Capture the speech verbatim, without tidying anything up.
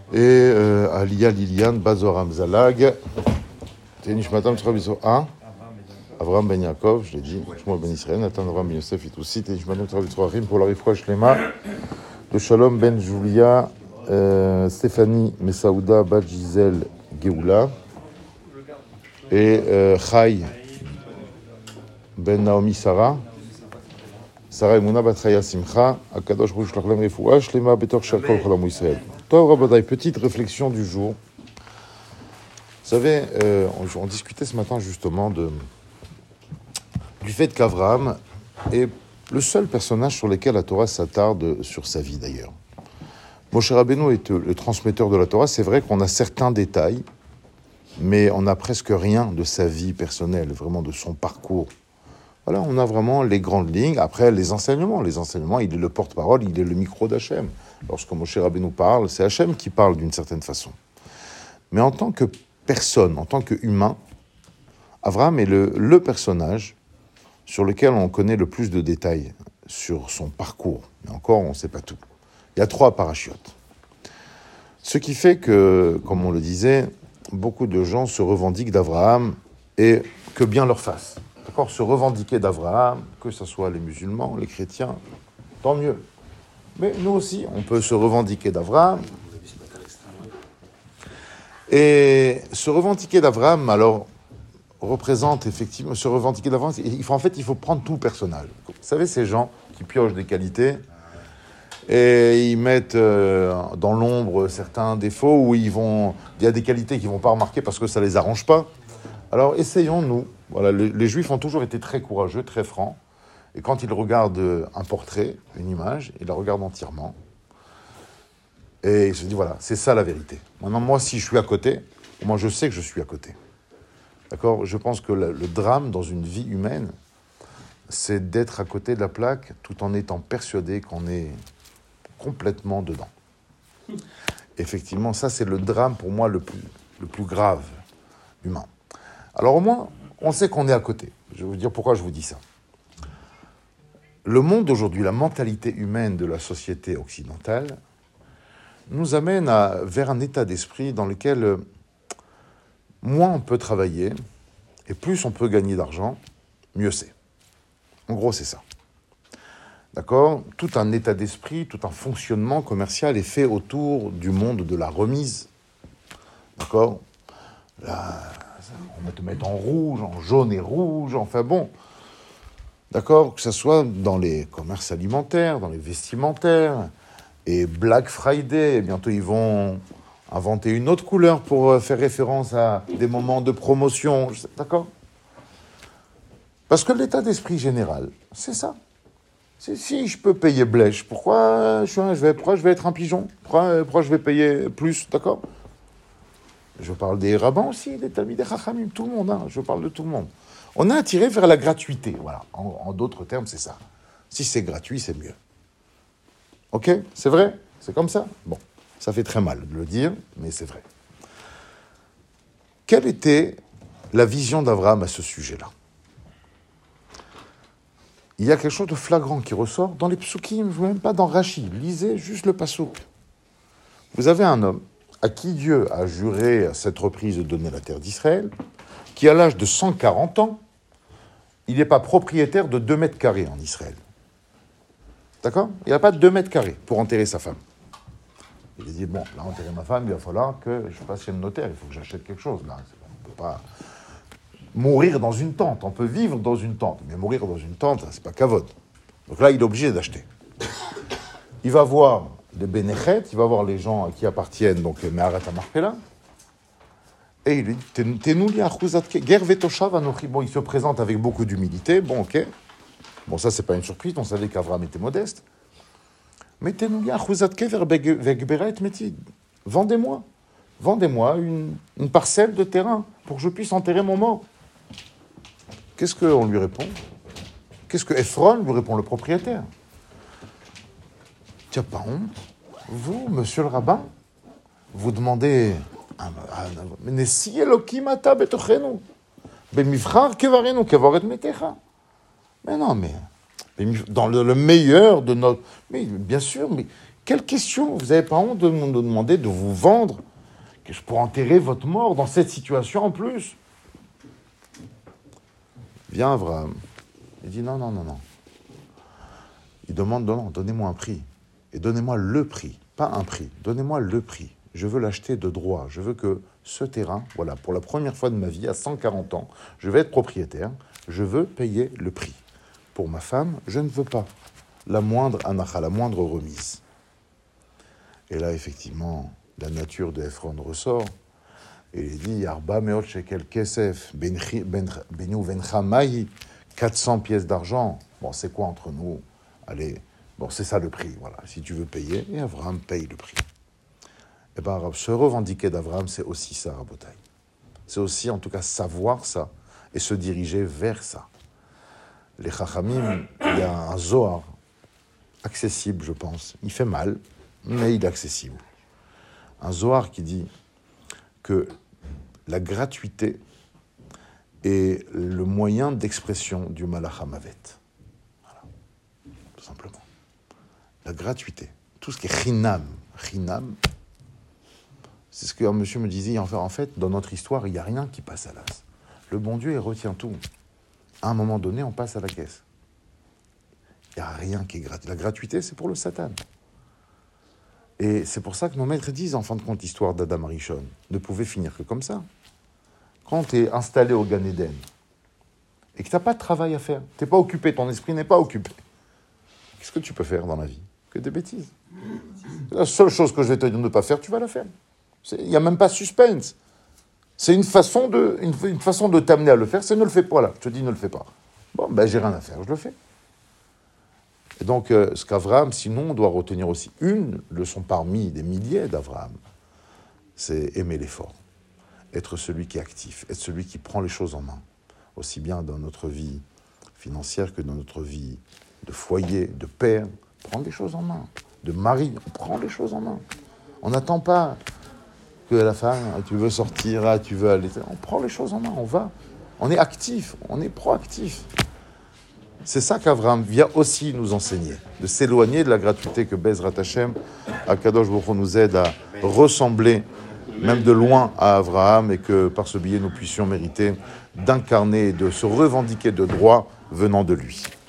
Et euh, Alia Liliane, Bazoram Zalag, Tenishmatam Traviso A, Avraham Ben Yaakov, je l'ai dit, Shmuel Ben Israël, Nathan Avraham Ben Yosef, Itoussi, Tenishmatam Traviso Rim pour la Rifouach Shlema, de Shalom Ben Julia, euh, Stéphanie Messaouda, Bat Gisèle Geoula, et euh, Chai Ben Naomi Sarah, Sarah Emouna Batraya Simcha, Akadosh Baruch Shlachlem Rifouach Shlema, Betor Shalkol Cholam Israël. Petite réflexion du jour. Vous savez, euh, on, on discutait ce matin justement de, du fait qu'Avraham est le seul personnage sur lequel la Torah s'attarde sur sa vie d'ailleurs. Moshe Rabbeinu est le transmetteur de la Torah. C'est vrai qu'on a certains détails, mais on n'a presque rien de sa vie personnelle, vraiment de son parcours. Voilà, on a vraiment les grandes lignes. Après, les enseignements. Les enseignements, il est le porte-parole, il est le micro d'Hachem. Lorsque Moshe Rabbeinu parle, c'est Hachem qui parle d'une certaine façon. Mais en tant que personne, en tant qu'humain, Avraham est le, le personnage sur lequel on connaît le plus de détails sur son parcours. Mais encore, on ne sait pas tout. Il y a trois parachutes. Ce qui fait que, comme on le disait, beaucoup de gens se revendiquent d'Avraham et que bien leur fasse. D'accord, se revendiquer d'Avraham, que ce soit les musulmans, les chrétiens, tant mieux. Mais nous aussi, on peut se revendiquer d'Avraham. Et se revendiquer d'Avraham, alors, représente effectivement, se revendiquer d'Avraham, il faut, en fait, il faut prendre tout le personnage. Vous savez, ces gens qui piochent des qualités et ils mettent euh, dans l'ombre certains défauts où ils vont, il y a des qualités qu'ils ne vont pas remarquer parce que ça ne les arrange pas. Alors, essayons, nous. Voilà, les, les Juifs ont toujours été très courageux, très francs. Et quand ils regardent un portrait, une image, ils la regardent entièrement. Et ils se disent, voilà, c'est ça la vérité. Maintenant, moi, si je suis à côté, moi, je sais que je suis à côté. D'accord ? Je pense que le, le drame dans une vie humaine, c'est d'être à côté de la plaque tout en étant persuadé qu'on est complètement dedans. Effectivement, ça, c'est le drame, pour moi, le plus, le plus grave humain. Alors, au moins, on sait qu'on est à côté. Je vais vous dire pourquoi je vous dis ça. Le monde d'aujourd'hui, la mentalité humaine de la société occidentale, nous amène à, vers un état d'esprit dans lequel euh, moins on peut travailler et plus on peut gagner d'argent, mieux c'est. En gros, c'est ça. D'accord ? Tout un état d'esprit, tout un fonctionnement commercial est fait autour du monde de la remise. D'accord ? La... On va te mettre en rouge, en jaune et rouge, enfin bon. D'accord ? Que ce soit dans les commerces alimentaires, dans les vestimentaires, et Black Friday, et bientôt ils vont inventer une autre couleur pour faire référence à des moments de promotion, d'accord ? Parce que l'état d'esprit général, c'est ça. C'est, si je peux payer blèche, pourquoi je, je vais, pourquoi je vais être un pigeon ? Pourquoi, pourquoi je vais payer plus, d'accord ? Je parle des rabbins aussi, des talmides, des chachamim, tout le monde, hein, je parle de tout le monde. On est attiré vers la gratuité, voilà. En, en d'autres termes, c'est ça. Si c'est gratuit, c'est mieux. Ok ? C'est vrai ? C'est comme ça ? Bon, ça fait très mal de le dire, mais c'est vrai. Quelle était la vision d'Avraham à ce sujet-là ? Il y a quelque chose de flagrant qui ressort dans les psukim, même pas dans Rashi. Lisez juste le pasouk. Vous avez un homme à qui Dieu a juré à cette reprise de donner la terre d'Israël, qui à l'âge de cent quarante ans, il n'est pas propriétaire de deux mètres carrés en Israël. D'accord ? Il n'y a pas de deux mètres carrés pour enterrer sa femme. Il a dit, bon, là, enterrer ma femme, il va falloir que je passe chez le notaire, il faut que j'achète quelque chose. Là, on ne peut pas mourir dans une tente. On peut vivre dans une tente, mais mourir dans une tente, c'est pas kavod. Donc là, il est obligé d'acheter. Il va voir les bénéchets, il va voir les gens qui appartiennent, donc Meharat HaMachpelah, et il lui dit, Tenouli achuzat ger vetoshav anochi. Bon, il se présente avec beaucoup d'humilité, bon, ok. Bon, ça, c'est pas une surprise, on savait qu'Avraham était modeste. Mais Tenouli achuzat kever vegberet metid. Vendez-moi, vendez-moi une, une parcelle de terrain pour que je puisse enterrer mon mort. Qu'est-ce qu'on lui répond ? Qu'est-ce que Ephron lui répond, le propriétaire ? Tu n'as pas honte ? Vous, monsieur le rabbin, vous demandez Nessi Elokim ata betochenu, bemivchar kevarenu kevaret metecha. Mais non, mais dans le, le meilleur de notre... Mais bien sûr, mais Quelle question? Vous n'avez pas honte de me demander de vous vendre, que je pourrais enterrer votre mort dans cette situation en plus? Vient Abraham. Il dit non, non, non, non. Il demande, non, non, donnez-moi un prix. Et donnez-moi le prix, pas un prix. Donnez-moi le prix. Je veux l'acheter de droit. Je veux que ce terrain, voilà, pour la première fois de ma vie, à cent quarante ans, je vais être propriétaire. Je veux payer le prix. Pour ma femme, je ne veux pas la moindre anacha, la moindre remise. Et là, effectivement, la nature de Ephron ressort. Et il dit, Arba meot shekel kesef, benu vencha mahi, quatre cents pièces d'argent. Bon, c'est quoi entre nous? Allez, bon, c'est ça le prix, voilà. Si tu veux payer, et Abraham paye le prix. Et bien, se revendiquer d'Abraham, c'est aussi ça, Rabotai. C'est aussi, en tout cas, savoir ça et se diriger vers ça. Les Chachamim, il y a un Zohar accessible, je pense. Il fait mal, mais il est accessible. Un Zohar qui dit que la gratuité est le moyen d'expression du Malach HaMavet. Voilà, tout simplement. La gratuité, tout ce qui est chinam, chinam, c'est ce que un monsieur me disait, en fait, dans notre histoire, il n'y a rien qui passe à l'as. Le bon Dieu, il retient tout. À un moment donné, on passe à la caisse. Il n'y a rien qui est gratuit. La gratuité, c'est pour le Satan. Et c'est pour ça que nos maîtres disent, en fin de compte, l'histoire d'Adam Arishon ne pouvait finir que comme ça. Quand tu es installé au Gan Eden et que tu n'as pas de travail à faire, tu n'es pas occupé, ton esprit n'est pas occupé, qu'est-ce que tu peux faire dans la vie? Que des bêtises. La seule chose que je vais te dire de ne pas faire, tu vas la faire. Il n'y a même pas suspense. C'est une façon de, une, une façon de t'amener à le faire, c'est ne le fais pas là. Je te dis ne le fais pas. Bon, ben j'ai rien à faire, je le fais. Et donc, euh, ce qu'Avraham, sinon, on doit retenir aussi une leçon parmi des milliers d'Avraham, c'est aimer l'effort. Être celui qui est actif, être celui qui prend les choses en main. Aussi bien dans notre vie financière que dans notre vie de foyer, de père. Prendre les choses en main. De mari, on prend les choses en main. On n'attend pas que la femme, ah, tu veux sortir, ah, tu veux aller. On prend les choses en main, on va. On est actif, on est proactif. C'est ça qu'Avraham vient aussi nous enseigner, de s'éloigner de la gratuité que Bezrat Hashem, Akadosh Baruch Hu nous aide à ressembler, même de loin, à Avraham, et que par ce biais nous puissions mériter d'incarner et de se revendiquer de droits venant de lui.